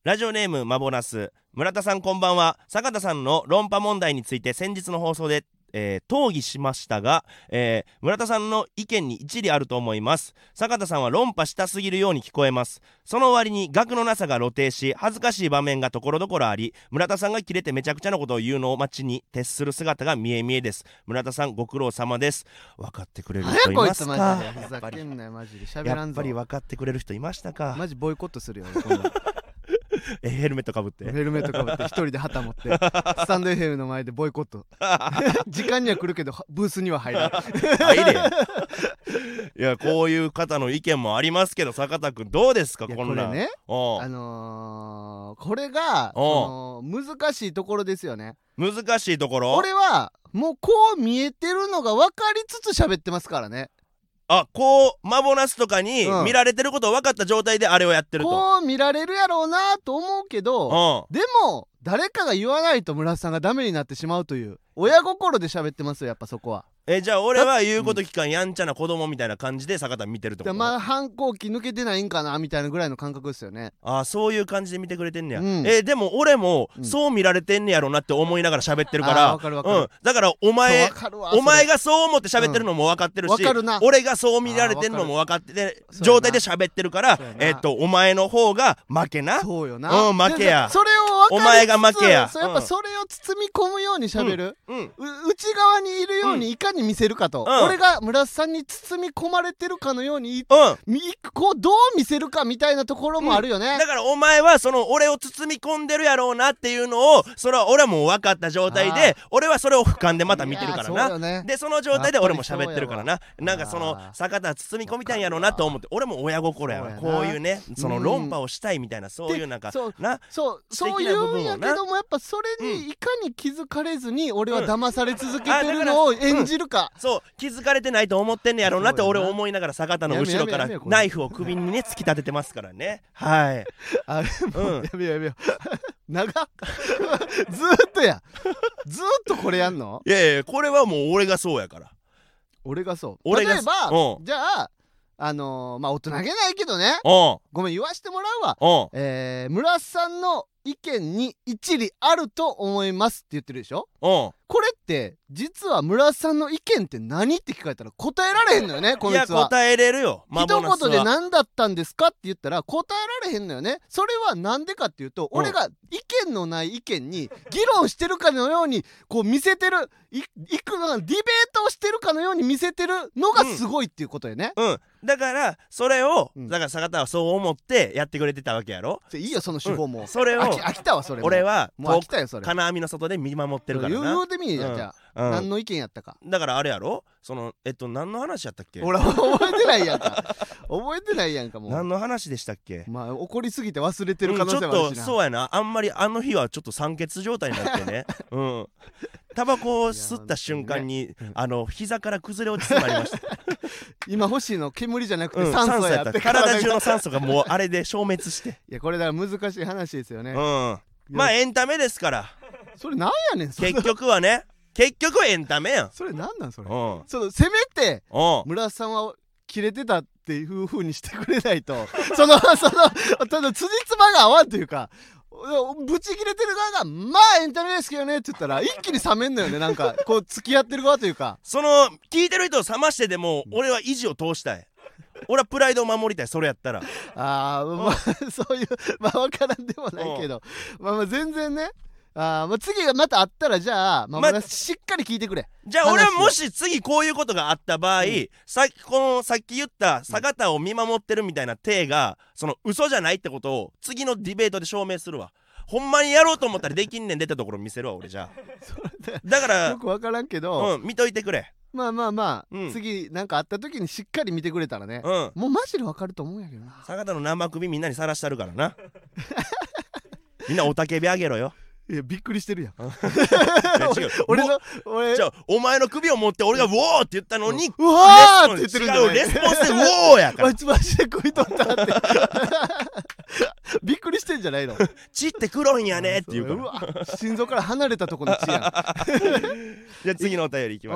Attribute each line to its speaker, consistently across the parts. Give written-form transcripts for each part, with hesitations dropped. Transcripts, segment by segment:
Speaker 1: ラジオネームマボナス。村田さんこんばんは。坂田さんの論破問題について先日の放送で討議しましたが、村田さんの意見に一理あると思います。坂田さんは論破したすぎるように聞こえます。その割に学のなさが露呈し、恥ずかしい場面がところどころあり、村田さんがキレてめちゃくちゃなことを言うのを待ちに徹する姿が見え見えです。村田さんご苦労様です。分かってくれる人いますか？
Speaker 2: マジでふざけんなよ、マジで喋らんぞ。
Speaker 1: やっぱり分かってくれる人いましたか？
Speaker 2: マジボイコットするよ今度
Speaker 1: ヘルメットかぶって
Speaker 2: ヘルメットかぶって一人で旗持ってスタンド FM の前でボイコット時間には来るけどブースには入らん
Speaker 1: 入れいや、こういう方の意見もありますけど、坂田くんどうですか？こんなん
Speaker 2: これね、これが難しいところですよね。
Speaker 1: 難しいところ。
Speaker 2: 俺はもうこう見えてるのが分かりつつ喋ってますからね。
Speaker 1: こうマボナスとかに見られてることを分かった状態であれをやってると、
Speaker 2: こう見られるやろうなと思うけど、でも誰かが言わないと村田さんがダメになってしまうという親心で喋ってますよ、やっぱそこは。
Speaker 1: じゃあ俺は言うこと聞かんやんちゃな子供みたいな感じで坂田見てるってこと？
Speaker 2: まあ反抗期抜けてないんかなみたいなぐらいの感覚ですよね。
Speaker 1: そういう感じで見てくれてんねや、でも俺もそう見られてんねやろなって思いながら喋ってるから、
Speaker 2: 分かる分かる、
Speaker 1: だからお前がそう思って喋ってるのも分かってるし、俺がそう見られてんのも分かってて状態で喋ってるから、お前の方が負けな。
Speaker 2: そうよな、
Speaker 1: 負けや。
Speaker 2: それを分かりつつ
Speaker 1: お前が負けや。
Speaker 2: やっぱそれを包み込むように喋る、内側にいるようにいかに見せるかと、俺が村田さんに包み込まれてるかのように、こうどう見せるかみたいなところもあるよね、
Speaker 1: だからお前はその俺を包み込んでるやろうなっていうのを、それは俺はもう分かった状態で、俺はそれを俯瞰でまた見てるからな、でその状態で俺も喋ってるからな。なんかその坂田は包み込みたいんやろうなと思って、俺も親心やわ。こういうね、その論破をしたいみたいな、そういうなんかな、
Speaker 2: そういうんやけども、やっぱそれにいかに気づかれずに俺は騙され続けてるのを演じるか、
Speaker 1: そう気づかれてないと思ってんねやろうなって俺思いながら坂田の後ろからナイフを首にね突き立ててますからね。はい、
Speaker 2: あれもうやめようやめよう長っずーっとやずーっとこれやんの？
Speaker 1: いやいや、これはもう俺がそうやから。
Speaker 2: 俺がそう例えばじゃあまあ大人げないけどね、ごめん言わしてもらうわ。村さんの意見に一理あると思いますって言ってるでしょ。これって実は村さんの意見って何って聞かれたら答えられへんのよねこいつは。
Speaker 1: いや答えれるよ。
Speaker 2: 一言で何だったんですかって言ったら答えられへんのよね。それはなんでかっていうと、俺が意見のない意見に議論してるかのようにこう見せてる、ディベートをしてるかのように見せてるのがすごいっていうことよね。
Speaker 1: だからそれを、だから坂田はそう思ってやってくれてたわけやろ。
Speaker 2: いいよその手法も、
Speaker 1: それを
Speaker 2: 飽きたわそれも。
Speaker 1: 俺は
Speaker 2: もう飽きたよそれ。
Speaker 1: 金網の外で見守ってるからな。
Speaker 2: 言うてみじゃあ、何の意見やったか。
Speaker 1: だからあれやろ、その何の話やったっけ。
Speaker 2: 俺覚えてないやんか覚えてないやんか。もう
Speaker 1: 何の話でしたっけ。
Speaker 2: まあ怒りすぎて忘れてる可能性もあるしな。
Speaker 1: ちょっとそうやな、あんまりあの日はちょっと酸欠状態になってねタバコを吸った瞬間に膝から崩れ落ちそうになりました
Speaker 2: 今欲しいの煙じゃなくて酸素やって、
Speaker 1: 体中の酸素がもうあれで消滅して
Speaker 2: いやこれだから難しい話ですよね。
Speaker 1: まあエンタメですから。
Speaker 2: それなんやねん
Speaker 1: 結局はね、結局エンタメやん。
Speaker 2: それなんなんそれ。せめて村田さんはキレてたっていう風にしてくれないとその辻褄が合わんというか、ブチ切れてる側がまあエンタメですけどねって言ったら一気に冷めんのよね。なんかこう付き合ってる側というか、
Speaker 1: その聞いてる人を冷ましてでも俺は維持を通したい。俺はプライドを守りたい。それやったら
Speaker 2: まあそういうまあ分からんでもないけど、まあ全然ね。次がまたあったらじゃあ、しっかり聞いてくれ。
Speaker 1: じゃあ俺はもし次こういうことがあった場合、さっき言った坂田を見守ってるみたいな体がその嘘じゃないってことを次のディベートで証明するわ。ほんまにやろうと思ったらできんねん出たところ見せるわ俺。じゃあだから
Speaker 2: よく分からんけど、
Speaker 1: 見といてくれ。
Speaker 2: まあ、次なんかあった時にしっかり見てくれたらね、もうマジで分かると思うんやけどな。
Speaker 1: 坂田の生首みんなにさらしたるからなみんなおたけびあげろよ。
Speaker 2: いやびっくりしてるやん
Speaker 1: 違うじゃあお前の首を持って俺がウォーって言ったのに
Speaker 2: うわーって言ってるんじゃない。
Speaker 1: レスポンスでウォーやから
Speaker 2: あいつマジで首取ったってびっくりしてんじゃないの。
Speaker 1: 血って黒いんやねって言うから。
Speaker 2: うわ心臓から離れたとこの血やん
Speaker 1: じゃあ次のお便りいきましょう。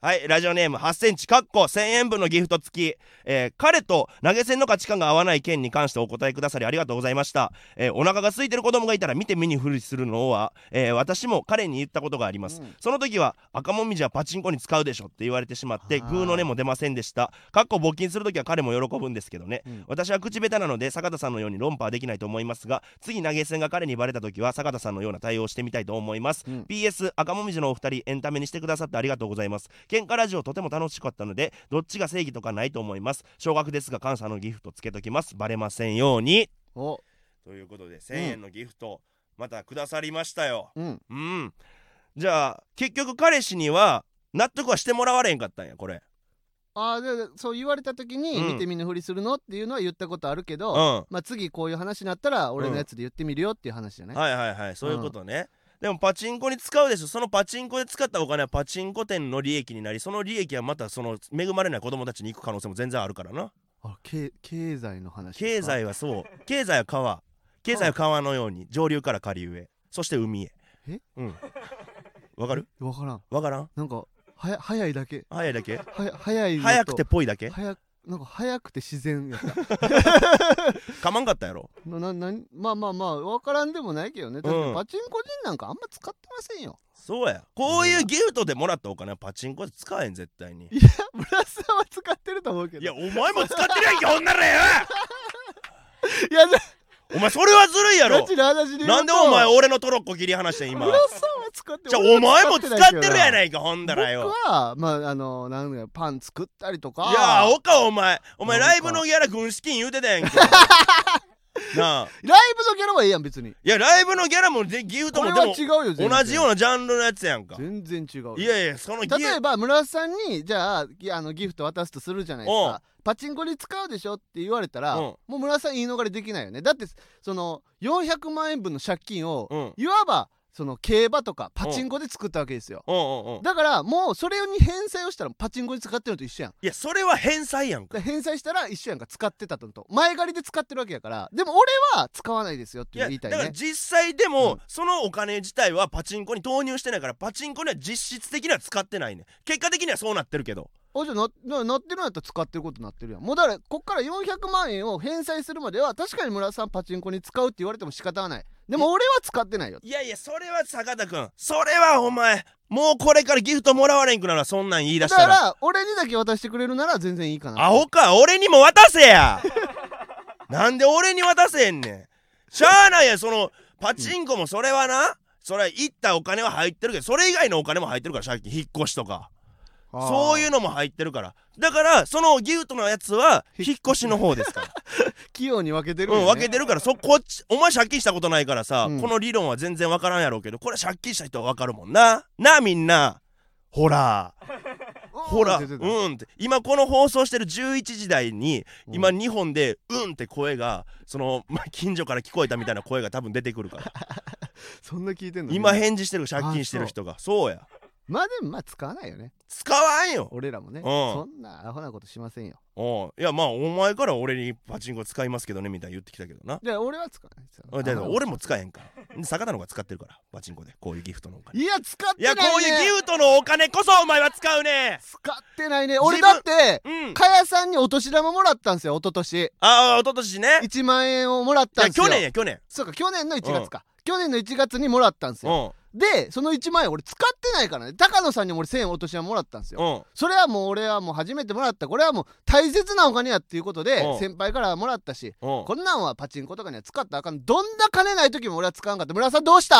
Speaker 1: はい、ラジオネーム8センチ1000円分のギフト付き、彼と投げ銭の価値観が合わない件に関してお答えくださりありがとうございました。お腹が空いてる子供がいたら見て見ぬふりするのは、私も彼に言ったことがあります、その時は赤もみじはパチンコに使うでしょって言われてしまってグーの音も出ませんでした。募金する時は彼も喜ぶんですけどね、私は口下手なので坂田さんのように論破はできないと思いますが、次投げ銭が彼にバレた時は坂田さんのような対応をしてみたいと思います、PS 赤もみじのお二人エンタメにしてくださってありがとうございます。喧嘩ラジオとても楽しかったのでどっちが正義とかないと思います。少額ですが感謝のギフトつけときます。バレませんように。ということで1000円のギフト、またくださりましたよ。じゃあ結局彼氏には納得はしてもらわれへんかったんやこれ。
Speaker 2: でそう言われた時に、見て見ぬふりするのっていうのは言ったことあるけど、次こういう話になったら俺のやつで言ってみるよっていう話じゃない、
Speaker 1: はいはいはい、そういうことね。でもパチンコに使うでしょ。そのパチンコで使ったお金はパチンコ店の利益になり、その利益はまたその恵まれない子供たちに行く可能性も全然あるからな。
Speaker 2: 経済の話ですか。
Speaker 1: 経済はそう。経済は川。経済は川のように上流から下流へ、そして海へ。わかる？
Speaker 2: わからん。
Speaker 1: わからん？なん
Speaker 2: か早いだけ。
Speaker 1: 早いだけ？
Speaker 2: 早
Speaker 1: くてぽいだけ？
Speaker 2: なんか早くて自然やった
Speaker 1: かまんかったやろ。
Speaker 2: まあ分からんでもないけどね。だってパチンコ人なんかあんま使ってませんよ。
Speaker 1: そうや、こういうギフトでもらったお金はパチンコで使えん絶対に。
Speaker 2: いや村さんは使ってると思うけど。
Speaker 1: いやお前も使ってるやんけほんならよ
Speaker 2: いや
Speaker 1: お前それはずるいやろ。なんでお前俺のトロッコ切り離してん今。
Speaker 2: 村さんは使ってる。
Speaker 1: じゃあお前も使ってるやないかほんだらよ。
Speaker 2: 僕はなんかパン作ったりとか。
Speaker 1: いやお前ライブのギャラ軍資金言うてたやんけなあ、
Speaker 2: ライブのギャラはええやん別に。
Speaker 1: いやライブのギャラもギフトもでも
Speaker 2: 違うよ全然。
Speaker 1: 同じようなジャンルのやつやんか。
Speaker 2: 全然違う。
Speaker 1: いやいやその
Speaker 2: 例えば村さんにじゃあギフト渡すとするじゃないですか。パチンコに使うでしょって言われたら、もう村さん言い逃れできないよね。だってその400万円分の借金を、いわばその競馬とかパチンコで作ったわけですよ。だからもうそれに返済をしたらパチンコに使ってるのと一緒やん。
Speaker 1: いやそれは返済やんか。
Speaker 2: 返済したら一緒やんか。使ってたのと前借りで使ってるわけやから。でも俺は使わないですよって言いたいね。
Speaker 1: だから実際でも、そのお金自体はパチンコに投入してないから、パチンコには実質的には使ってないね。結果的にはそうなってるけど。
Speaker 2: じゃあなってるんやったら使ってることになってるやん。もうだからこっから400万円を返済するまでは確かに村さんパチンコに使うって言われても仕方はない。でも俺は使ってないよ。
Speaker 1: いやいやそれは坂田君、それはお前もうこれからギフトもらわれんくならそんなん言い出したら。
Speaker 2: だから俺にだけ渡してくれるなら全然いいかな。
Speaker 1: アホか、俺にも渡せやなんで俺に渡せんねん。しゃあないや、そのパチンコもそれはな、それは行ったお金は入ってるけど、それ以外のお金も入ってるから、借金引っ越しとかそういうのも入ってるから。だからそのギフトのやつは引っ越しの方ですから
Speaker 2: 器用に分けてるよね。
Speaker 1: 分けてるから。こっちお前借金したことないからさ、この理論は全然分からんやろうけど、これ借金した人は分かるもんな。みんなほらって今この放送してる11時台に今日本でって声がその近所から聞こえたみたいな声が多分出てくるから
Speaker 2: そんな聞いてんの。
Speaker 1: 今返事してる借金してる人が。そうや。
Speaker 2: まあでも使わないよね。
Speaker 1: 使わんよ
Speaker 2: 俺らもね。そんなアホなことしませんよ。
Speaker 1: いやまあお前から俺にパチンコ使いますけどねみたいに言ってきたけどな。
Speaker 2: いや俺は使わない
Speaker 1: ですよ。俺も使えへんから坂田の方が使ってるからパチンコでこういうギフトのお金。
Speaker 2: いや使ってないね。
Speaker 1: いやこういうギフトのお金こそお前は使うね。
Speaker 2: 使ってないね。俺だってかやさんにお年玉もらったんですよ、一昨年。
Speaker 1: 一昨年ね。
Speaker 2: 1万円をもらったんですよ。
Speaker 1: いや去年。
Speaker 2: そうか去年の1月か。去年の1月にもらったんですよ。でその1万円俺使ってないからね。高野さんにも俺1000円お年玉もらったんですよ。それはもう俺はもう初めてもらった、これはもう大切なお金やっていうことで先輩からもらったし、こんなんはパチンコとかには使ったらあかん。どんな金ない時も俺は使わんかった。村さんどうした？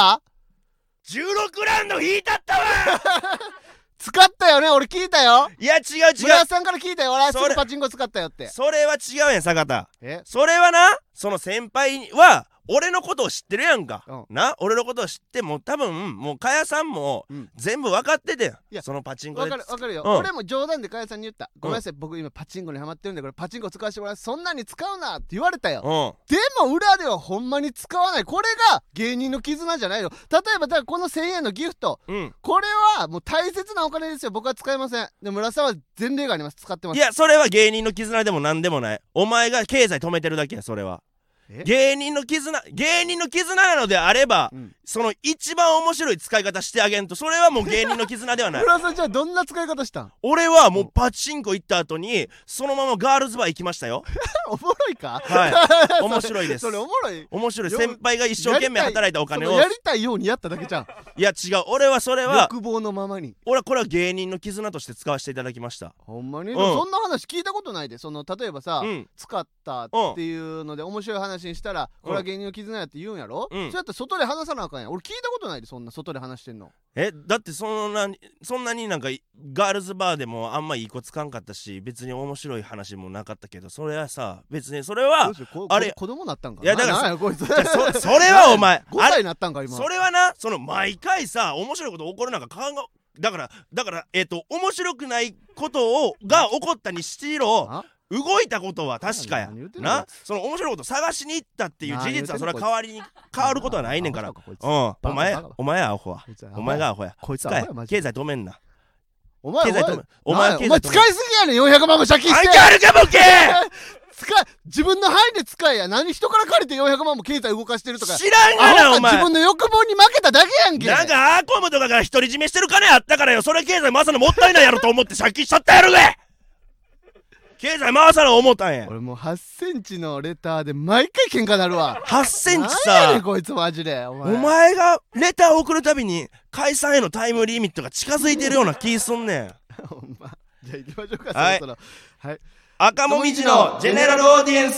Speaker 1: 16 ラウンド引いたったわ
Speaker 2: 使ったよね、俺聞いたよ。
Speaker 1: いや違う
Speaker 2: 村さんから聞いたよ。俺はすぐパチンコ使ったよって。
Speaker 1: それは違うやん坂田。それはな、その先輩は俺のことを知ってるやんか、な。俺のことを知っても多分もうかやさんも全部分かってて、そのパチンコで。
Speaker 2: 分かるよ、俺も冗談でかやさんに言った。ごめんなさい、僕今パチンコにハマってるんでこれパチンコ使わせてもらう、そんなに使うなって言われたよ。でも裏ではほんまに使わない。これが芸人の絆じゃないの。例えばだからこの1000円のギフト、これはもう大切なお金ですよ。僕は使いません。で村さんは前例があります、使ってます。
Speaker 1: いやそれは芸人の絆でもなんでもない。お前が経済止めてるだけやそれは。 芸人の絆なのであれば、その一番面白い使い方してあげんと、それはもう芸人の絆ではない。
Speaker 2: 村田さんじゃあどんな使い方したん？
Speaker 1: 俺はもうパチンコ行った後にそのままガールズバー行きましたよ。
Speaker 2: おもろいか？
Speaker 1: はい面白いです。
Speaker 2: それおもろい？
Speaker 1: 面白い。先輩が一生懸命働いたお金を
Speaker 2: やりたいようにやっただけじゃん。
Speaker 1: いや違う、俺はそれは
Speaker 2: 欲望のままに。
Speaker 1: 俺はこれは芸人の絆として使わせていただきました。
Speaker 2: ほんまに？そんな話聞いたことないで。その例えばさ、使ったっていうので面白い話にしたらこれは芸人の絆やって言うんやろ。そうやって外で話さなあかんやん。俺聞いたことないで、そんな外で話してんの。
Speaker 1: だってそんなになんかガールズバーでもあんまいい子つかんかったし、別に面白い話もなかったけど、それはさ別にそれは
Speaker 2: あれ子供なったんかな。
Speaker 1: いやだから
Speaker 2: こいつ
Speaker 1: それはお前
Speaker 2: 5歳になったんか今。
Speaker 1: それはな、その毎回さ面白いこと起こるなんかだから面白くないことが起こったにしろ動いたことは確かやな。その面白いこと探しに行ったっていう事実はそれは変わることはないねんから。お前アホはお前がアホや。
Speaker 2: こいつ
Speaker 1: 経済止めんな。
Speaker 2: お前
Speaker 1: 使いす
Speaker 2: ぎやねん。400万も借金して。
Speaker 1: 関係あるかボケ
Speaker 2: 自分の範囲で使えや。何人から借りて400万も経済動かしてるとか
Speaker 1: 知らんがなお前。
Speaker 2: 自分の欲望に負けただけやんけ。
Speaker 1: なんかアーコムとかが独り占めしてる金あったからよ。それ経済回すのもったいないやろと思って借金しちゃったやろね。経済回さな思ったんや。
Speaker 2: 俺もう8センチのレターで毎回喧嘩なるわ。
Speaker 1: 8センチさ。
Speaker 2: 何やねんこいつマジで。お
Speaker 1: 前がレター送るたびに解散へのタイムリミットが近づいてるような気すんねん。
Speaker 2: ほんま。じゃあ行きましょうか。
Speaker 1: はい、
Speaker 2: そろそろ。はい。
Speaker 1: 赤もみじのジェネラルオーディエンス。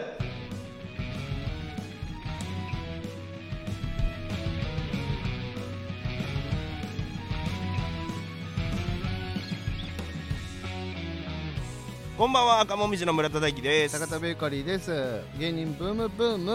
Speaker 1: こんばんは、赤もみじの村田大樹です。
Speaker 2: 坂田ベーカリーです。芸人ブーム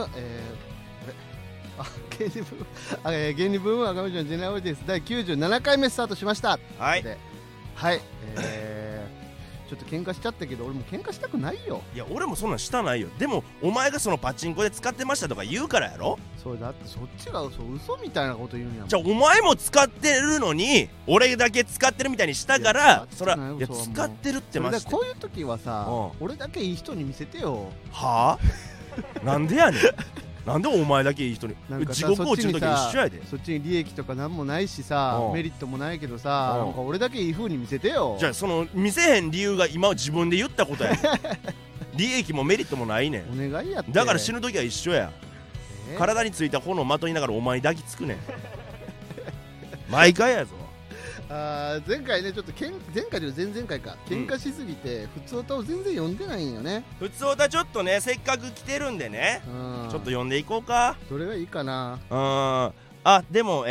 Speaker 2: 芸人ブーム赤もみじのジェネラルオーディエンス第97回目スタートしました。
Speaker 1: はい。
Speaker 2: はい。ちょっと喧嘩しちゃったけど俺も喧嘩したくないよ。
Speaker 1: いや俺もそんなんしたないよ。でもお前がそのパチンコで使ってましたとか言うからやろ。
Speaker 2: そうだってそっちが嘘みたいなこと言うんやもん。
Speaker 1: じゃあお前も使ってるのに俺だけ使ってるみたいにしたから、それはいや使ってるってマジで。
Speaker 2: こういう時はさ、俺だけいい人に見せてよ。
Speaker 1: はあなんでやねんなんでお前だけいい人に。地獄落ちる時一緒やで。
Speaker 2: そっちに利益とかなんもないしさ、メリットもないけどさ、なんか俺だけいい風に見せてよ。
Speaker 1: じゃあその見せへん理由が今自分で言ったことや利益もメリットもないね
Speaker 2: ん。お願いやって。
Speaker 1: だから死ぬ時は一緒や。体についた炎をまといながらお前に抱きつくねん毎回やぞ。
Speaker 2: 前回ねちょっと前回という前々回か喧嘩しすぎて、普通歌を全然読んでないんよね。
Speaker 1: 普通歌ちょっとねせっかく来てるんでね、ちょっと読んでいこうか。
Speaker 2: どれがいいかな。
Speaker 1: でも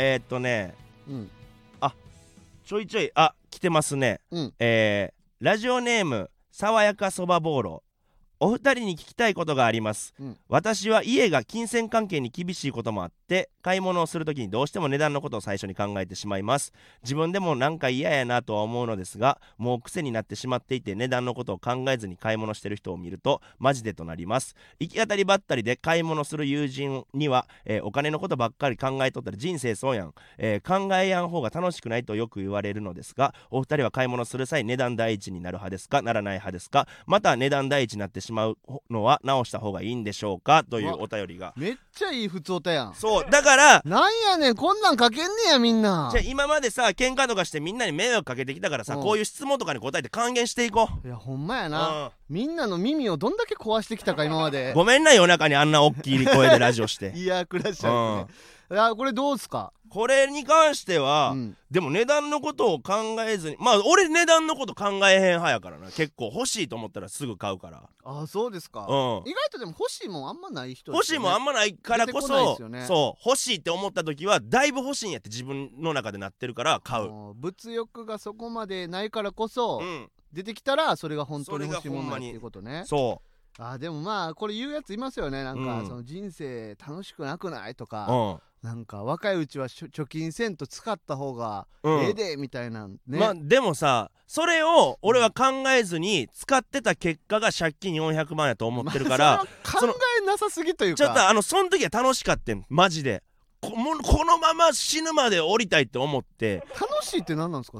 Speaker 1: ちょいちょい来てますね。ラジオネーム爽やかそばぼうろ。お二人に聞きたいことがあります。私は家が金銭関係に厳しいこともあって買い物をするときにどうしても値段のことを最初に考えてしまいます。自分でもなんか嫌やなとは思うのですが、もう癖になってしまっていて値段のことを考えずに買い物してる人を見るとマジでとなります。行き当たりばったりで買い物する友人には、お金のことばっかり考えとったら人生そうやん、考えやん方が楽しくないとよく言われるのですが、お二人は買い物する際値段第一になる派ですかならない派ですか。また値段第一になってしまうのは直した方がいいんでしょうかというお便りが。
Speaker 2: めっちゃいい普通歌やん。
Speaker 1: そうだから
Speaker 2: なんやねんこんなんかけんねやみんな。
Speaker 1: じゃあ今までさ喧嘩とかしてみんなに迷惑かけてきたからさ、こういう質問とかに答えて還元していこう。
Speaker 2: いやほんまやな、みんなの耳をどんだけ壊してきたか今まで。
Speaker 1: ごめんな夜中にあんな大きい声でラジオして
Speaker 2: いやクラッシャーですね。これどうすか。
Speaker 1: これに関しては、でも値段のことを考えずに、まあ俺値段のこと考えへん派やからな。結構欲しいと思ったらすぐ買うから。
Speaker 2: そうですか。意外とでも欲しいもんあんまない人、
Speaker 1: 欲しいもんあんまないからこそ、そう欲しいって思った時はだいぶ欲しいんやって自分の中でなってるから買う。
Speaker 2: 物欲がそこまでないからこそ、出てきたらそれが本当に欲しいものっていうことね。
Speaker 1: そう
Speaker 2: でもまあこれ言うやついますよね。なんかその人生楽しくなくないとか、なんか若いうちは貯金せんと使った方がええでみたいなね。
Speaker 1: まあでもさそれを俺は考えずに使ってた結果が借金400万やと思ってるから、
Speaker 2: 考えなさすぎというか、
Speaker 1: ちょっとその時は楽しかったんマジで。このまま死ぬまで降りたいって思って。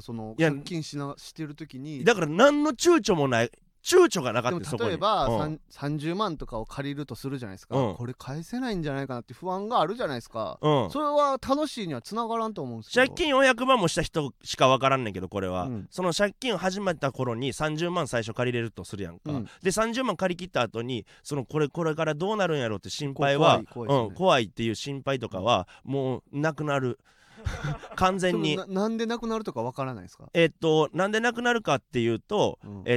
Speaker 2: 楽しいって何なんですかその借金してる時に。
Speaker 1: だから何の躊躇もない躊躇がなかった。
Speaker 2: でも例えば、30万とかを借りるとするじゃないですか、これ返せないんじゃないかなって不安があるじゃないですか、それは楽しいにはつながらんと思うんですけど。
Speaker 1: 借金400万もした人しか分からんねんけど、これは、その借金を始めた頃に30万最初借りれるとするやんか、で30万借り切った後にこれからどうなるんやろうって心配は怖いっていう心配とかはもうなくなる完全に。
Speaker 2: なんでなくなるとかわからないですか？
Speaker 1: なんでなくなるかっていうと、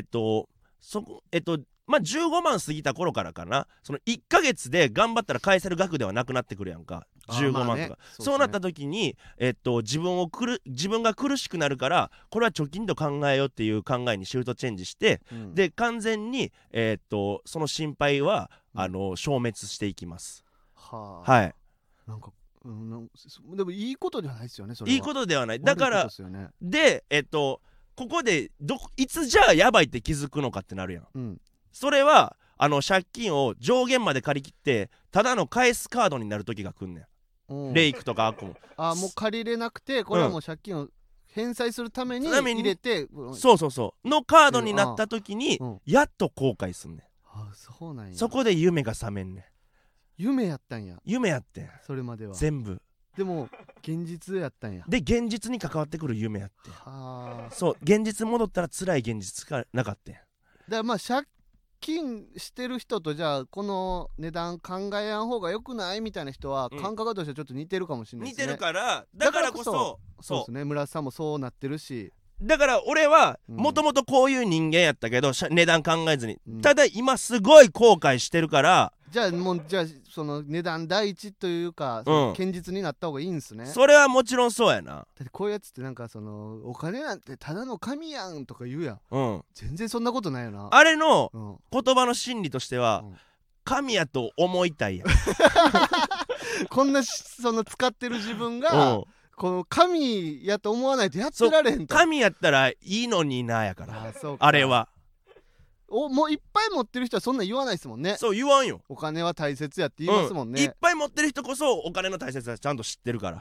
Speaker 1: まあ15万過ぎた頃からかな、その1ヶ月で頑張ったら返せる額ではなくなってくるやんか、15万とか、そうなった時に、自分が苦しくなるから、これは貯金と考えようっていう考えにシフトチェンジして、で完全に、その心配は、消滅していきます。はい。
Speaker 2: なんかでもいいことではないですよね、それは。
Speaker 1: いいことではない。だから、でここでいつじゃあやばいって気づくのかってなるやん、それは借金を上限まで借り切ってただの返すカードになる時が来んねん、レイクとかアコム。
Speaker 2: もう借りれなくて、これはもう借金を返済するために入れて、
Speaker 1: そうのカードになった時にやっと後悔すんねん。
Speaker 2: そうなんや。
Speaker 1: そこで夢が覚めんねん。
Speaker 2: 夢やったんや。
Speaker 1: 夢やってん、
Speaker 2: それまでは
Speaker 1: 全部。
Speaker 2: でも現実やったんや。
Speaker 1: で現実に関わってくる夢やって、そう現実戻ったら辛い現実がなかったん。だか
Speaker 2: らまあ借金してる人と、じゃあこの値段考えやん方がよくないみたいな人は、感覚としてはちょっと似てるかもしれないですね。
Speaker 1: 似てるから、だからこそ
Speaker 2: そうですね、村田さんもそうなってるし。
Speaker 1: だから俺はもともとこういう人間やったけど、値段考えずに、ただ今すごい後悔してるから、
Speaker 2: じゃあその値段第一というか、堅実になった方がいいんすね。
Speaker 1: それはもちろんそうやな。
Speaker 2: だってこういうやつってなんかお金なんてただの神やんとか言うやん、全然そんなことないよな。
Speaker 1: あれの言葉の真理としては、神やと思いたいやん
Speaker 2: こんな使ってる自分が、この神やと思わないとやってられへんと。
Speaker 1: 神やったらいいのになやから、あれは
Speaker 2: もういっぱい持ってる人はそんな言わないですもんね。
Speaker 1: そう言わんよ。
Speaker 2: お金は大切やって言いますもんね、
Speaker 1: いっぱい持ってる人こそお金の大切さちゃんと知ってるから。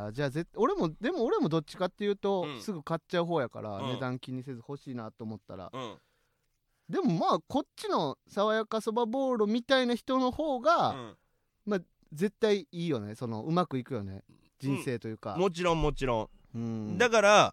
Speaker 2: じゃあ俺もどっちかっていうと、すぐ買っちゃう方やから、値段気にせず欲しいなと思ったら、でもまあこっちの爽やかそばボーロみたいな人の方が、まあ絶対いいよね。うまくいくよね、人生というか。
Speaker 1: もちろん、だから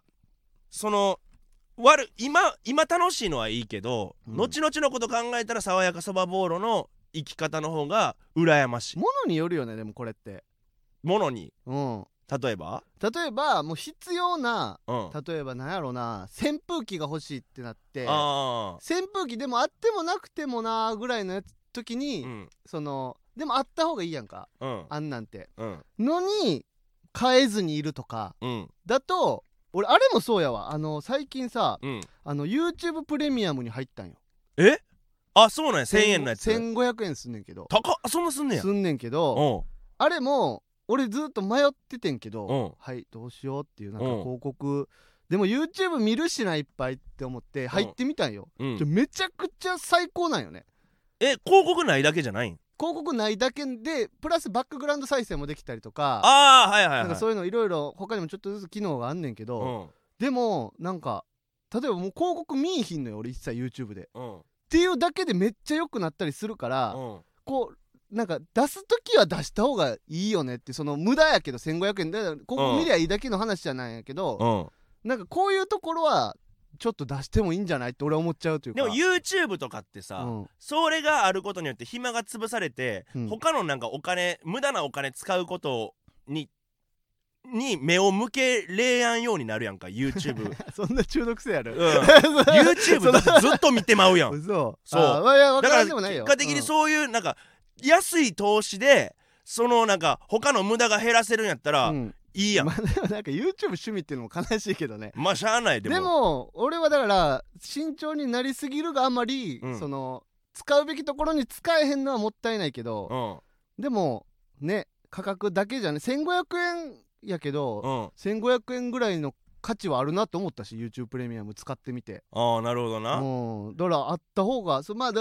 Speaker 1: 今楽しいのはいいけど、後々のこと考えたら爽やかそばボーロの生き方の方が羨ましい。
Speaker 2: ものによるよね。でもこれって
Speaker 1: ものに、例えば
Speaker 2: もう必要な、例えばなんやろな、扇風機が欲しいってなって、扇風機でもあってもなくてもなぐらいの時に、でもあった方がいいやんか、あんなんて、のに買えずにいるとか、だと俺あれもそうやわ。最近さ、YouTube プレミアムに入ったんよ。
Speaker 1: そうなんや。1000円のやつ
Speaker 2: 1500円すんねんけど。
Speaker 1: 高っ。そんなすんねや。
Speaker 2: すんねんけど、あれも俺ずっと迷っててんけど、はいどうしようっていう、なんか広告、でも YouTube 見るしないっぱいって思って入ってみたんよ、めちゃくちゃ最高なんよね。
Speaker 1: 広告ないだけじゃないん？
Speaker 2: 広告ないだけでプラスバックグラウンド再生もできたりとか、なんかそういうのいろいろ他にもちょっとずつ機能があんねんけど、でもなんか例えばもう広告見いひんのよ俺一切 YouTube で、っていうだけでめっちゃ良くなったりするから、こうなんか出す時は出した方がいいよねって、無駄やけど1500円で広告見りゃいいだけの話じゃないんやけど、なんかこういうところはちょっと出してもいいんじゃないって俺は思っちゃうというか。
Speaker 1: でも YouTube とかってさ、それがあることによって暇が潰されて、他のなんか無駄なお金使うことに目を向けれやんようになるやんか YouTube
Speaker 2: そんな中毒性ある、
Speaker 1: YouTube だってずっと見てまうやん
Speaker 2: そう
Speaker 1: だから結果的にそういうなんか安い投資でなんか他の無駄が減らせるんやったら、いいやん。
Speaker 2: でもなんか YouTube 趣味っていうのも悲しいけどね。
Speaker 1: まあしゃあない。で
Speaker 2: も俺はだから慎重になりすぎるがあんまり、使うべきところに使えへんのはもったいないけど、でもね価格だけじゃね、1500円やけど、1500円ぐらいの価値はあるなと思ったし YouTube プレミアム使ってみて。
Speaker 1: なるほどな。
Speaker 2: だからあった方がまあ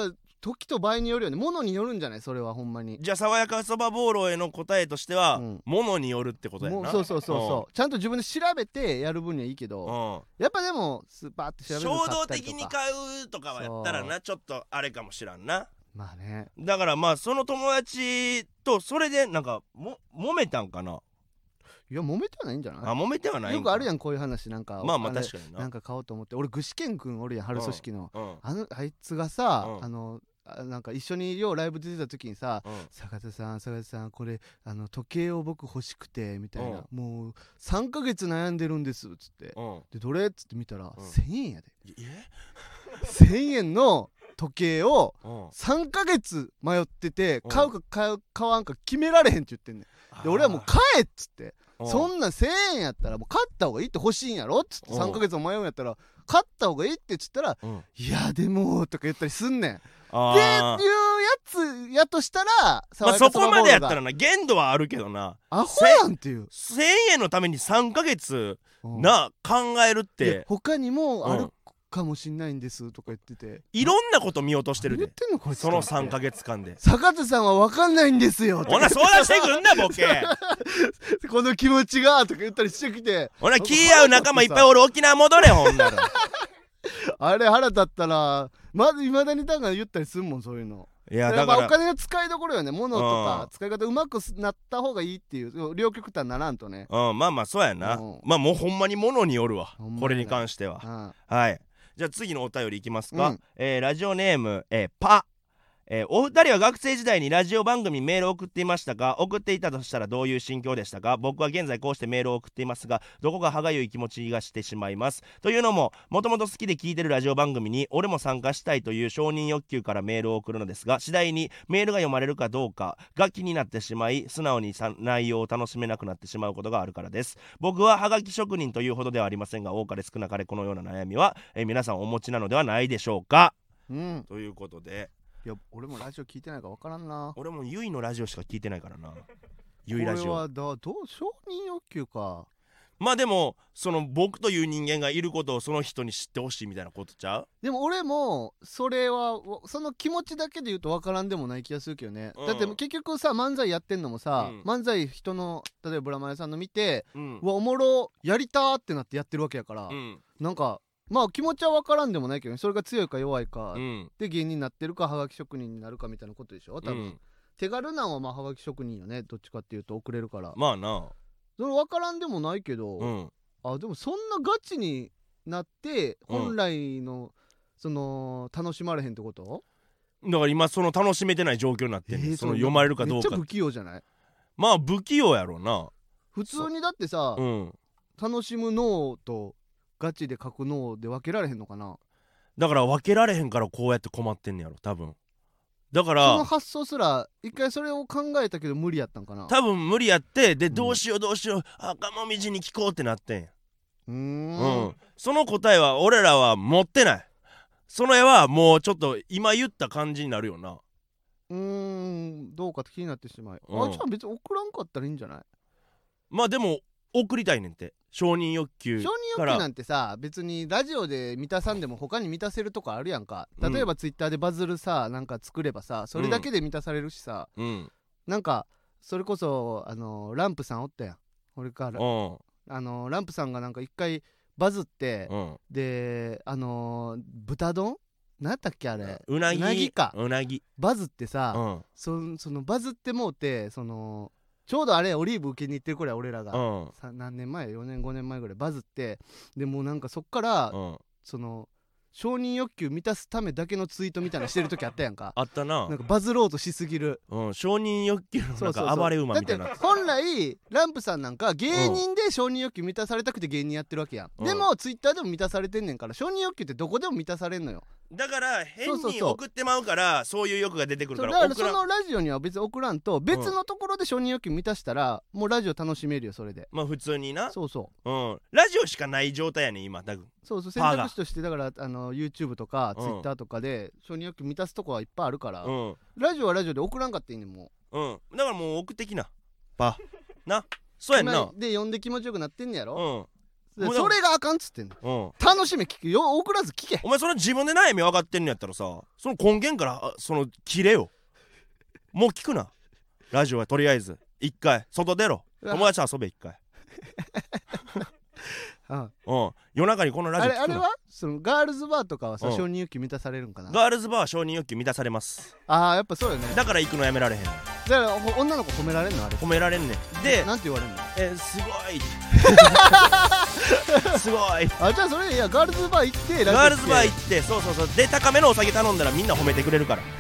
Speaker 2: 時と場合によるよね。物によるんじゃないそれはほんまに。
Speaker 1: じゃあ爽やかそばボーロへの答えとしては、物によるってことやな。
Speaker 2: そうちゃんと自分で調べてやる分にはいいけど、やっぱでもスーパーって調べるの買
Speaker 1: 衝
Speaker 2: ったりとか
Speaker 1: 動的に買うとかはやったらなちょっとあれかもしらんな。
Speaker 2: まあね。
Speaker 1: だからまあその友達とそれでなんか揉めたんかな。
Speaker 2: いや揉めてはないんじゃない？
Speaker 1: 揉めてはないんか。
Speaker 2: よくあるやんこういう話。なんか
Speaker 1: まあ確かにな。
Speaker 2: なんか買おうと思って、俺具志堅くんおるやん、春組織の、あいつがさ、なんか一緒にようライブ出てた時にさ、坂田さんこれ時計を僕欲しくてみたいな、もう3ヶ月悩んでるんですっつって、でどれっつって見たら、1000円やで。1000円の時計を3ヶ月迷ってて、買うか買わんか決められへんって言ってんねん。で俺はもう買えっつって、そんな1000円やったらもう買った方がいいって欲しいんやろっつって、3ヶ月も迷うんやったら買った方がいいって言ったら、いやでもとか言ったりすんねんっていうやつやとしたら、
Speaker 1: まあそこまでやったらな限度はあるけどな。
Speaker 2: アホやんっていう。
Speaker 1: 1000円のために3ヶ月な考えるって。
Speaker 2: 他にもあるかもしんないんですとか言ってて、
Speaker 1: いろんなこと見落としてるで。
Speaker 2: 言ってんのこいつ。
Speaker 1: その3ヶ月間で
Speaker 2: 坂田さんは分かんないんですよ。
Speaker 1: ほな相談してくんなボケ
Speaker 2: この気持ちがとか言ったりしてきて、
Speaker 1: ほな気合う仲間いっぱいおる。沖縄戻れほんなら
Speaker 2: あれ腹立ったらまずいまだにだから言ったりするもんそういうの。
Speaker 1: いやだから
Speaker 2: お金の使いどころよね。物とか使い方うまくなった方がいいっていう、両極端ならんとね。
Speaker 1: まあまあそうやな。まあもうほんまに物によるわこれに関しては。はい、じゃあ次のお便りいきますか。ラジオネームパ。お二人は学生時代にラジオ番組メールを送っていましたか？送っていたとしたらどういう心境でしたか？僕は現在こうしてメールを送っていますが、どこか歯がゆい気持ちがしてしまいます。というのも、もともと好きで聞いてるラジオ番組に俺も参加したいという承認欲求からメールを送るのですが、次第にメールが読まれるかどうかが気になってしまい、素直に内容を楽しめなくなってしまうことがあるからです。僕はハガキ職人というほどではありませんが、多かれ少なかれこのような悩みは、皆さんお持ちなのではないでしょうか。ということで、
Speaker 2: いや俺もラジオ聞いてないから分からんな。
Speaker 1: 俺もゆいのラジオしか聞いてないからな。ゆいラジオ。
Speaker 2: これはどう承認欲求か。
Speaker 1: まあでもその僕という人間がいることをその人に知ってほしいみたいなことちゃう？
Speaker 2: でも俺もそれはその気持ちだけで言うと分からんでもない気がするけどね。だって結局さ、漫才やってんのもさ、漫才人の例えばブラマヨさんの見て、うわおもろやりたーってなってやってるわけやから、なんかまあ気持ちは分からんでもないけどね。それが強いか弱いか、で芸人になってるかはがき職人になるかみたいなことでしょ多分。手軽なんはまあはがき職人よね。どっちかっていうと遅れるから。
Speaker 1: まあな、
Speaker 2: それ分からんでもないけど、でもそんなガチになって本来のその楽しまれへんってこと？
Speaker 1: だから今その楽しめてない状況になってんね、その読まれるかどうか。
Speaker 2: めっちゃ不器用じゃない？
Speaker 1: まあ不器用やろうな。
Speaker 2: 普通にだってさ、楽しむ脳とガチで書く脳で分けられへんのかな。
Speaker 1: だから分けられへんからこうやって困ってんねやろ多分。だから
Speaker 2: その発想すら一回それを考えたけど無理やったんかな。
Speaker 1: 多分無理やって、でどうしよう赤もみじに聞こうってなってん。その答えは俺らは持ってない。その絵はもうちょっと今言った感じになるよな。
Speaker 2: どうかって気になってしまう。じゃあ別に送らんかったらいいんじゃない？
Speaker 1: まあでも送りたいねんって。承認欲求
Speaker 2: なんてさ、別にラジオで満たさんでも他に満たせるとこあるやんか。例えばツイッターでバズるさ、なんか作ればさ、それだけで満たされるしさ、なんかそれこそランプさんおったやん俺から。ランプさんがなんか一回バズって、で豚丼何やったっけあれ、
Speaker 1: うなぎか、
Speaker 2: バズってさ、そのバズってもうて、そのちょうどあれオリーブ受けに行ってる頃や俺らが、何年前4年5年前ぐらいバズって、でもうなんかそっから、その承認欲求満たすためだけのツイートみたいなしてる時あったやんか。
Speaker 1: あったな。
Speaker 2: なんかバズろうとしすぎる、
Speaker 1: 承認欲求のなんか暴れ馬みたいな。
Speaker 2: だって本来ランプさんなんか芸人で承認欲求満たされたくて芸人やってるわけやん。でもツイッターでも満たされてんねんから、承認欲求ってどこでも満たされんのよ。
Speaker 1: だから変に送ってまうから、そういう欲が出てくるから。
Speaker 2: だからそのラジオには別に送らんと、別のところで承認欲求満たしたら、もうラジオ楽しめるよそれで。
Speaker 1: まあ普通にな。
Speaker 2: そうそう、
Speaker 1: ラジオしかない状態やねん今。
Speaker 2: そう選択肢としてだからYouTube とか Twitter とかで承認欲求満たすとこはいっぱいあるから、ラジオはラジオで送らんかっていいねんも
Speaker 1: う。だからもう送ってきなな。そうやんな。
Speaker 2: で読んで気持ちよくなってんねやろ。 それがあかんっつってんの、楽しみ聞けよ、送らず聞け。
Speaker 1: お前それ自分で悩み分かってんのやったらさ、その根源からその切れよ。もう聞くなラジオは。とりあえず一回外出ろ、友達と遊べ一回夜中にこのラジオ聞くな。
Speaker 2: あれはそのガールズバーとかはさ、承認欲求満たされるんかな。
Speaker 1: ガールズバーは承認欲求満たされます。
Speaker 2: やっぱそうよね。
Speaker 1: だから行くのやめられへん。
Speaker 2: だから女の子褒められんの？あれ
Speaker 1: 褒められんねん。で
Speaker 2: なんて言われんの？
Speaker 1: すごいすごい。
Speaker 2: じゃあそれ、いやガールズバー行って、
Speaker 1: ガールズバー行って、そうで高めのお酒頼んだらみんな褒めてくれるから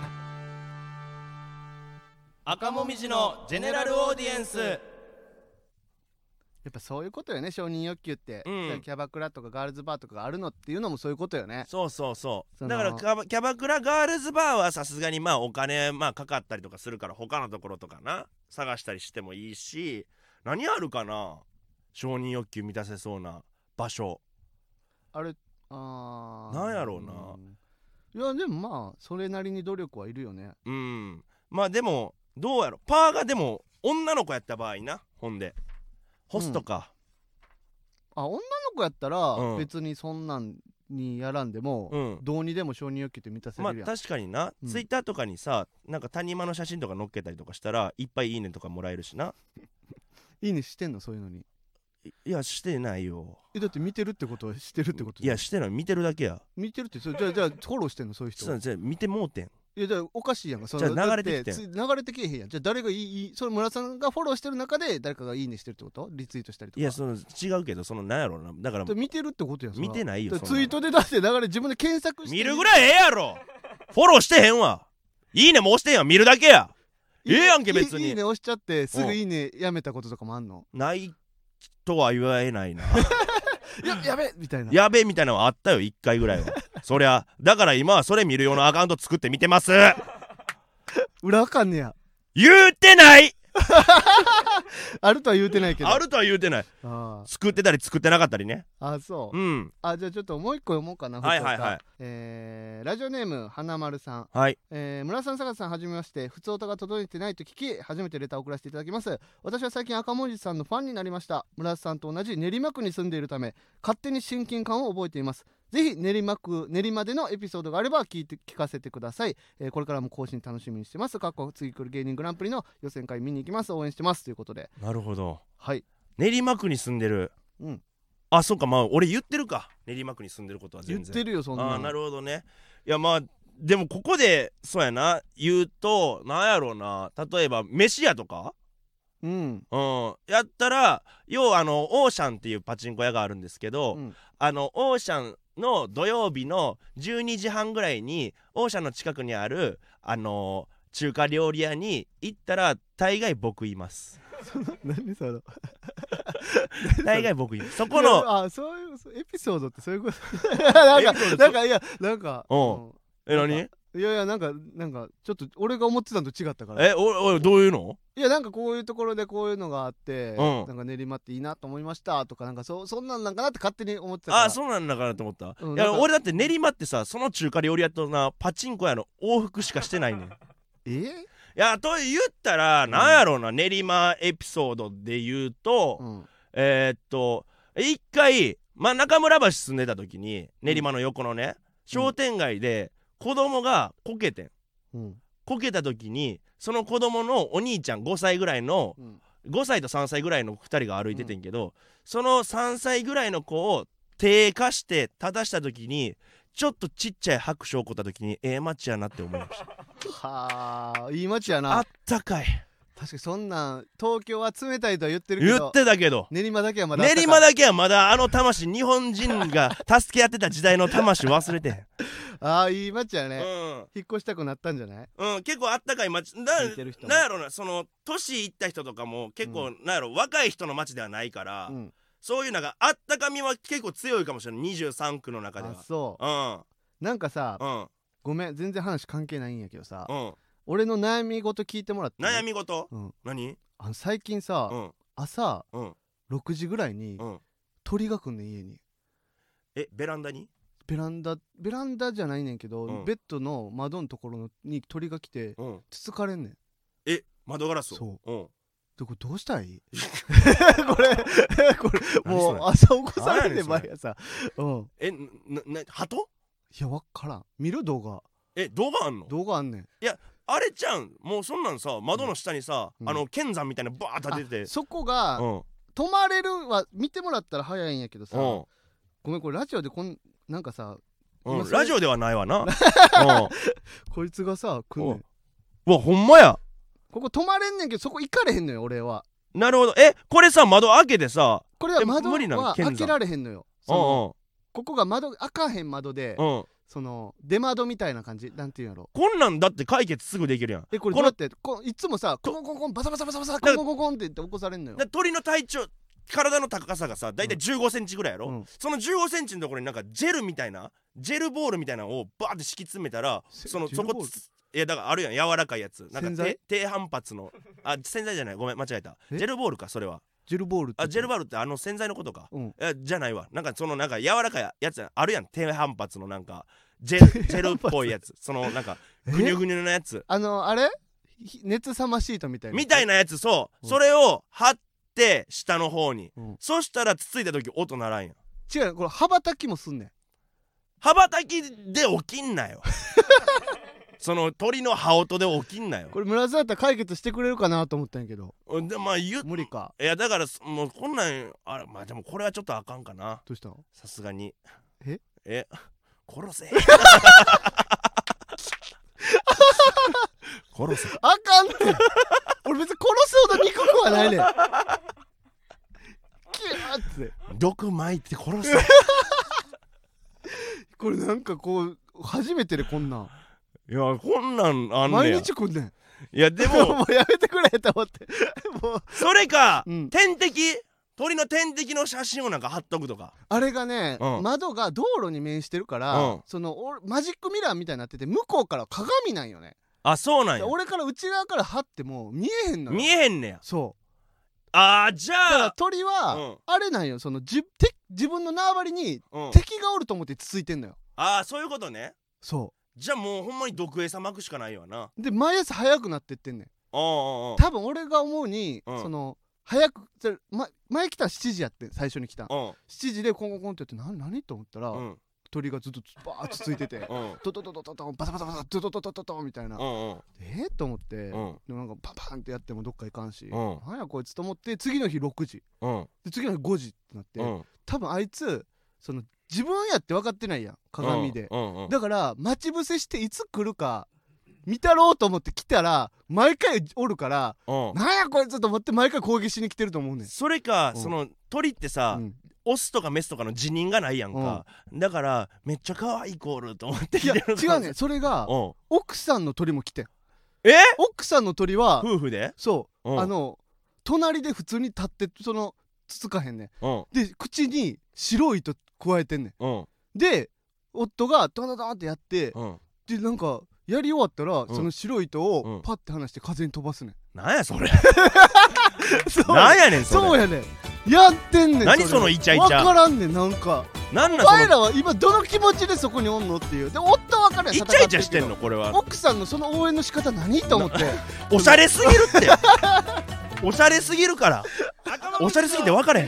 Speaker 1: 赤もみじのジェネラルオーディエンス。
Speaker 2: やっぱそういうことよね、承認欲求って、キャバクラとかガールズバーとかがあるのっていうのもそういうことよね。
Speaker 1: そうだからキャバクラガールズバーはさすがにお金かかったりとかするから、他のところとかな探したりしてもいいし、何あるかな承認欲求満たせそうな場所。なんやろうな。
Speaker 2: いやでもそれなりに努力はいるよね。
Speaker 1: でもどうやろ、パーがでも女の子やった場合な、ほんでホストか、
Speaker 2: 女の子やったら別にそんなんにやらんでも、どうにでも承認欲求って満たせるやん。
Speaker 1: 確かにな、ツイッターとかにさなんか谷間の写真とか載っけたりとかしたらいっぱいいいねとかもらえるしな。
Speaker 2: いいねしてんの？そういうのに。
Speaker 1: いやしてないよ。
Speaker 2: だって見てるってことはしてるってこと？
Speaker 1: いやしてない、見てるだけや。
Speaker 2: 見てるって、じゃあフォローしてんの？そういう人
Speaker 1: じゃあ見てもうてん。
Speaker 2: いやじゃあおかしいやんか。
Speaker 1: じゃあ流れてきてん。
Speaker 2: 流れてけえへんやん。じゃあ誰がその村さんがフォローしてる中で誰かがいいねしてるってこと？リツイートしたりとか。
Speaker 1: いや違うけど、なんやろな、だから
Speaker 2: 見てるってことやん。
Speaker 1: 見てないよ。
Speaker 2: ツイートで出して流れ自分で検索して
Speaker 1: 見るぐらいええやろフォローしてへんわ。いいねも押してんやん、見るだけや。やんけ別に。
Speaker 2: いいね押しちゃってすぐいいねやめたこととかもあんの？
Speaker 1: ないとは言えないな
Speaker 2: やべみたいな。
Speaker 1: やべみたいなのはあったよ、1回ぐらいはそりゃだから今はそれ見る用のアカウント作って見てます。
Speaker 2: 裏あかんねや。
Speaker 1: 言うてない
Speaker 2: あるとは言うてないけど。
Speaker 1: あるとは言うてない。作ってたり作ってなかったりね。
Speaker 2: そう。
Speaker 1: じ
Speaker 2: ゃあちょっともう一個読もうかな。
Speaker 1: はい。
Speaker 2: ラジオネーム花丸さん。村さん坂田さんはじめまして。普通歌が届いてないと聞き初めてレターを送らせていただきます。私は最近赤文字さんのファンになりました。村さんと同じ練馬区に住んでいるため勝手に親近感を覚えています。ぜひ練馬でのエピソードがあれば聞かせてください。これからも更新楽しみにしてます。次来る芸人グランプリの予選会見に行きます。応援してますということで。
Speaker 1: なるほど。
Speaker 2: はい。
Speaker 1: 練馬区に住んでる。そうか、俺言ってるか、練馬区に住んでることは全然
Speaker 2: 言ってるよ、そんな。
Speaker 1: なるほどね。いやでもここでそうやな言うと、なんやろうな、例えば飯屋とかやったら、要はオーシャンっていうパチンコ屋があるんですけど、オーシャンの土曜日の12時半ぐらいにオーシャンの近くにある中華料理屋に行ったら大概僕います
Speaker 2: 何その
Speaker 1: 大概僕います。そこの
Speaker 2: そういうエピソードってそういうことなんか
Speaker 1: 何
Speaker 2: いやなんかちょっと俺が思ってたのと違ったから。
Speaker 1: おいどういうの？
Speaker 2: いやなんかこういうところでこういうのがあって、なんか練馬っていいなと思いましたとか、なんかそんなんなんかなって勝手に思ってたから。
Speaker 1: そうなんだかなと思った。いや俺だって練馬ってさ、その中華料理屋となパチンコ屋の往復しかしてないねんいやと言ったら、なんやろうな、練馬エピソードで言うと、一回中村橋住んでた時に練馬の横のね商店街で子供がこけてん、こけた時にその子供のお兄ちゃん5歳ぐらいの、5歳と3歳ぐらいの2人が歩いててんけど、その3歳ぐらいの子を手貸して立たした時にちょっとちっちゃい拍手を起こった時に街やなって思いました
Speaker 2: はあ、いい街やな。
Speaker 1: あったかい。
Speaker 2: 確かにそんなん東京は冷たいとは言ってるけど、
Speaker 1: 言ってたけど
Speaker 2: 練馬だけはまだ
Speaker 1: 練馬だけはまだ魂、日本人が助け合ってた時代の魂忘れてへん
Speaker 2: いい街やね、引っ越したくなったんじゃない？
Speaker 1: 結構あったかい街なんやろな、その年いった人とかも結構、なんやろ、若い人の街ではないから、そういうのがあったかみは結構強いかもしれない。23区の中では。
Speaker 2: なんかさ、ごめん全然話関係ないんやけどさ、俺の悩み事聞いてもらって。
Speaker 1: 悩み事？何？
Speaker 2: 最近さ、朝6時ぐらいに鳥が来んねん、家に。
Speaker 1: ベランダに？
Speaker 2: ベランダじゃないねんけど、ベッドの窓のところに鳥が来てつつかれんねん。
Speaker 1: 窓ガラスを？
Speaker 2: そうどうしたらいいこれもう朝起こされて毎朝。
Speaker 1: 鳩？
Speaker 2: いや分からん。見る動画。
Speaker 1: 動画あんの？
Speaker 2: 動画あんねん。
Speaker 1: いやあれちゃんもうそんなんさ窓の下にさ、剣山みたいなバーッと立てて、
Speaker 2: そこが、止まれるは見てもらったら早いんやけどさ、ごめんこれラジオでなんかさ、
Speaker 1: ラジオではないわな
Speaker 2: こいつがさ来んねん。
Speaker 1: うわほんまや。
Speaker 2: ここ止まれんねんけどそこ行かれへんのよ俺は。
Speaker 1: なるほど。これさ窓開けてさ、
Speaker 2: これは窓は開けられへんのよ。ここが窓開かへん窓で、その出窓みたいな感じ。なんていうんやろ、
Speaker 1: こんなんだって解決すぐできるやん。
Speaker 2: これどうやっていつもさコンコンコンバサバサバサバサコンコンコンって言って起こされんのよ。
Speaker 1: 鳥の体長体の高さがさだいたい15センチぐらいやろ、その15センチのところになんかジェルみたいなジェルボールみたいなのをバーって敷き詰めたらそこいやだからあるやん柔らかいやつなんか低反発の洗剤じゃないごめん間違えた。ジェルボールかそれは。
Speaker 2: ジェルボールって
Speaker 1: ジェルボールって洗剤のことか。じゃないわ。なんかそのなんか柔らかいやつあるやん低反発のなんかジェルっぽいやつそのなんかグニュグニュのやつ
Speaker 2: あれ熱さまシートみたいな
Speaker 1: やつ。それを貼って下の方に、そしたらつついた時音ならんやん。
Speaker 2: 違うこれ羽ばたきもすんねん。
Speaker 1: 羽ばたきで起きんなよその鳥の羽音で起きんなよ。
Speaker 2: これ村田やったら解決してくれるかなと思ったんやけど
Speaker 1: で無理か。いやだからもうこんなんでもこれはちょっとあかんかな。
Speaker 2: どうしたの？
Speaker 1: さすがに殺せ殺せ
Speaker 2: あかんねん俺別に殺すほど憎くはないねんキューって
Speaker 1: 毒巻いて殺せ
Speaker 2: これなんかこう初めてでこんなん。
Speaker 1: いやこんなんあんねや。
Speaker 2: 毎日来んねん。
Speaker 1: いやでも
Speaker 2: もうやめてくれと思ってもう
Speaker 1: それか、天敵鳥の天敵の写真をなんか貼っとくとか。
Speaker 2: あれがね、窓が道路に面してるから、そのマジックミラーみたいになってて向こうから鏡なんよね。
Speaker 1: そうなんや。
Speaker 2: 俺から内側から貼っても見えへんのよ。
Speaker 1: 見えへんねや。
Speaker 2: そう
Speaker 1: じゃあ
Speaker 2: だから鳥は、あれなんよその自分の縄張りに敵がおると思ってつついてんのよ。
Speaker 1: そういうことね。
Speaker 2: そう
Speaker 1: じゃあもうほんまに毒餌撒くしかないよな。
Speaker 2: で毎朝早くなってってんねん。多分俺が思うに、その早く前来たら7時やって最初に来た、7時でコンコンコンってやって何と思ったら、鳥がずっとバーッとついてて、トトトトトトバサバサバサトトトトトトみたいな、と思って、でもなんかパンパンってやってもどっか行かんし、なんやこいつと思って次の日6時、で次の日5時ってなって、多分あいつその自分やって分かってないやん鏡で、だから待ち伏せしていつ来るか見たろうと思って来たら毎回おるから、なんやこいつと思って毎回攻撃しに来てると思うねん。
Speaker 1: それか、その鳥ってさ、オスとかメスとかの自認がないやんか、だからめっちゃ可愛いコールと思って来てる。
Speaker 2: いや違うねん。それが奥さんの鳥も来てん。奥さんの鳥は
Speaker 1: 夫婦で
Speaker 2: 隣で普通に立ってそのつつかへんねん、で口に白い糸加えてんねん、で夫がドンドンドンってやって、でなんかやり終わったら、その白い糸をパッて離して風に飛ばすねん。
Speaker 1: なんやそれなんやねんそれ。
Speaker 2: そうやねんやってんねん。
Speaker 1: 何そのイチャイチャ
Speaker 2: 分からんねん。なんか
Speaker 1: なん
Speaker 2: お前らは今どの気持ちでそこにおんのっていう。で夫は分かるやん。
Speaker 1: イチャイチャしてんのこれは。
Speaker 2: 奥さんのその応援の仕方何と思って
Speaker 1: おしゃれすぎるっておしゃれすぎるからおしゃれすぎて分かれへん。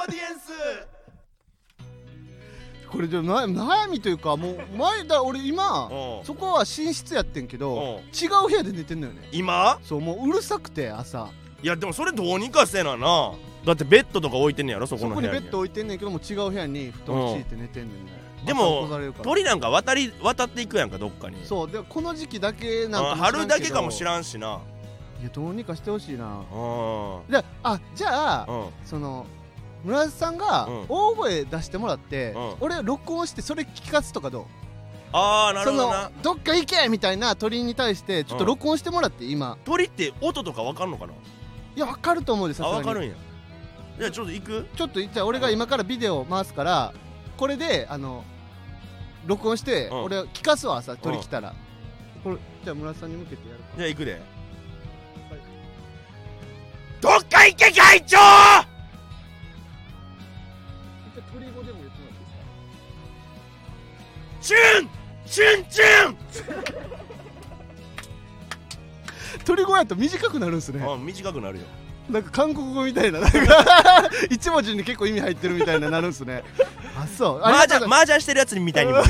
Speaker 2: これで悩みというか、もう前だ俺今そこは寝室やってんけど違う部屋で寝てんのよね
Speaker 1: 今。
Speaker 2: そうもううるさくて朝。
Speaker 1: いやでもそれどうにかせなな。だってベッドとか置いてんねやろそこの部屋に。
Speaker 2: そこにベッド置いてんねんけども違う部屋に布団敷いて寝てんねんね。
Speaker 1: でも鳥なんか渡っていくやんかどっかに。
Speaker 2: そうでこの時期だけなんか
Speaker 1: 春だけかもしらんしな。
Speaker 2: いやどうにかしてほしいな。じゃあその村田さんが大声出してもらって、俺録音してそれ聞かすとかどう？
Speaker 1: なるほどな。
Speaker 2: どっか行けみたいな鳥に対してちょっと録音してもらって今。
Speaker 1: 鳥って音とか分かんのかな？
Speaker 2: いや分かると思うで。さすがに
Speaker 1: 分かるんや。じゃあちょっと行く？
Speaker 2: ちょっとじゃあ俺が今からビデオ回すからこれで録音して俺聞かすわ朝鳥来たら。これじゃあ村田さんに向けてやるか。
Speaker 1: じゃあ行くで。どっか行け会長！
Speaker 2: 鳥語でも言ってもらっていいですか？
Speaker 1: チュンチュンチュン
Speaker 2: 鳥語やと短くなるんすね。
Speaker 1: 短くなるよ。
Speaker 2: なんか韓国語みたいな、なんか一文字に結構意味入ってるみたいななるんすね。あ、そう。
Speaker 1: 麻雀してるやつみたいにも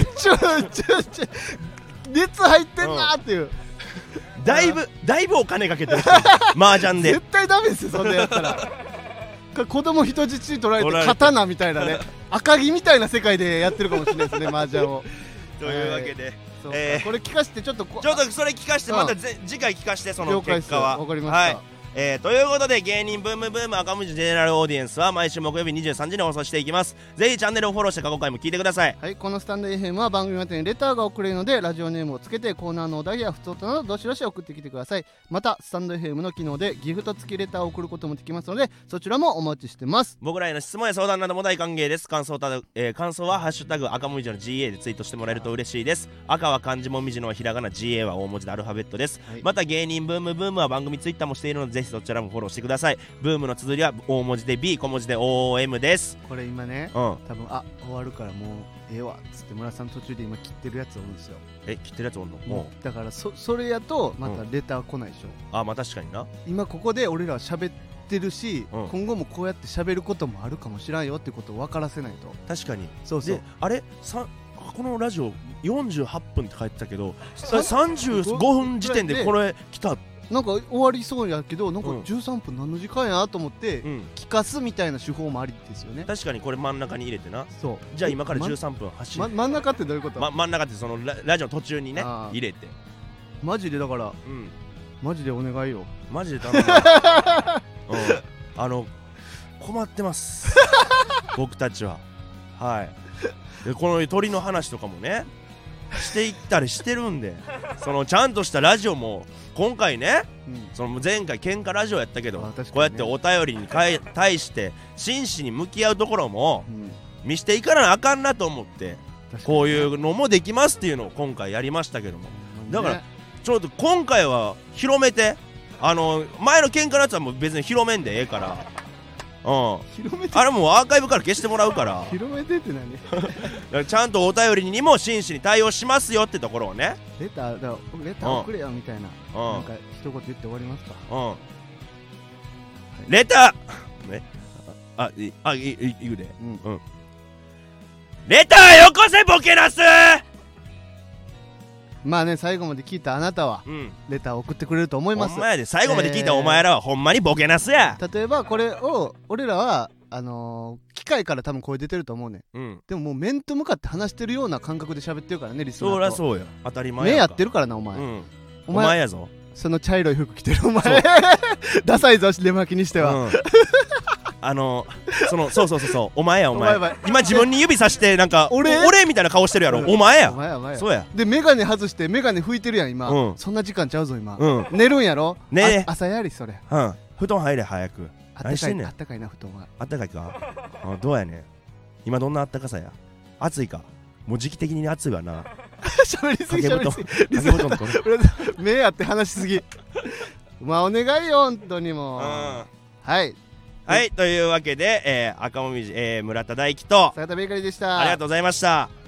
Speaker 2: 熱入ってんなーっていう。
Speaker 1: だいぶお金かけてる麻雀で。
Speaker 2: 絶対ダメですよ、そんなやったら。子供人質に取られて刀みたいなね、赤城みたいな世界でやってるかもしれないですね、麻雀を。
Speaker 1: というわけで、
Speaker 2: これ聞かせてちょっと
Speaker 1: それ聞かせて、また次回聞かせて、その結果は。
Speaker 2: わかりました。
Speaker 1: ということで、芸人ブームブーム赤文字ジェネラルオーディエンスは毎週木曜日23時に放送していきます。ぜひチャンネルをフォローして過去回も聞いてください。
Speaker 2: はい、このスタンド FM は番組宛てにレターが送れるので、ラジオネームをつけてコーナーのお題や普通となどどしどし送ってきてください。またスタンド FM の機能でギフト付きレターを送ることもできますので、そちらもお待ちしてます。
Speaker 1: 僕らへの質問や相談なども大歓迎です。感想はハッシュタグ赤もみじの GA でツイートしてもらえると嬉しいです。赤は漢字もみじのひらがな、 GA は大文字でアルファベットです、はい、また芸人ブームブームは番組ツイッターもしているので、ぜひそちらもフォローしてください。ブームの綴りは大文字で B、 小文字で OM です。
Speaker 2: これ今ね、多分終わるからもうええわっつって村さん途中で今切ってるやつおるんですよ。
Speaker 1: 切ってるやつおんの？
Speaker 2: だからそれやとまたレター来ないでしょ。
Speaker 1: まあ確かにな。
Speaker 2: 今ここで俺らは喋ってるし、今後もこうやって喋ることもあるかもしらんよってことを分からせないと。
Speaker 1: 確かに。
Speaker 2: そうそう。
Speaker 1: でこのラジオ48分って書いてたけど、35分時点でこれ来た。
Speaker 2: なんか終わりそうやけど、なんか13分何の時間やと思って聞かすみたいな手法もありですよね。
Speaker 1: 確かにこれ真ん中に入れてな。
Speaker 2: そう。
Speaker 1: じゃあ今から13分走る。
Speaker 2: 真ん中ってどういうこと？
Speaker 1: 真ん中ってそのラジオの途中にね入れて。
Speaker 2: マジでだから、マジでお願いよ。
Speaker 1: マジで頼む。困ってます僕たちは。はい。でこの鳥の話とかもねしていったりしてるんで、そのちゃんとしたラジオも今回ね、その前回喧嘩ラジオやったけど、こうやってお便りに対して真摯に向き合うところも見していかなあかんなと思って、こういうのもできますっていうのを今回やりましたけども、だからちょっと今回は広めて、前の喧嘩のやつはもう別に広めんでええから、あれもうアーカイブから消してもらうから。
Speaker 2: 広めてって
Speaker 1: 何？ちゃんとお便りにも真摯に対応しますよってところをね。
Speaker 2: レター送れよみたいな、なんか一言言って終わりますか。
Speaker 1: レターね、いくで。レターよこせボケナス。
Speaker 2: まあね、最後まで聞いたあなたはレターを送ってくれると思います。
Speaker 1: ほんまやで、最後まで聞いたお前らはほんまにボケナスや。
Speaker 2: 例えばこれを俺らは機械から多分声出てると思うね、でももう面と向かって話してるような感覚で喋ってるからね、リスナーと。
Speaker 1: そりゃそうや、当たり前や。
Speaker 2: 目やってるからなお前、
Speaker 1: お前やぞ、
Speaker 2: その茶色い服着てるお前ダサいぞ出巻きにしては、
Speaker 1: そうお前や、お前今自分に指さしてなんか俺みたいな顔してるやろ。お前や、そうや。
Speaker 2: でメガネ外してメガネ拭いてるやん今、そんな時間ちゃうぞ今、寝るんやろ。朝やりそれ。
Speaker 1: 布団入れ早く。何してんねん。
Speaker 2: あったかいな布団は。
Speaker 1: あったかいか。どうやねん今、どんなあったかさや。暑いか。もう時期的に暑いわな。
Speaker 2: 喋りすぎ目やって話しすぎまあお願いよ本当にもう。はい
Speaker 1: というわけで赤もみじ村田大樹と
Speaker 2: 坂田ベーカリーでした。
Speaker 1: ありがとうございました。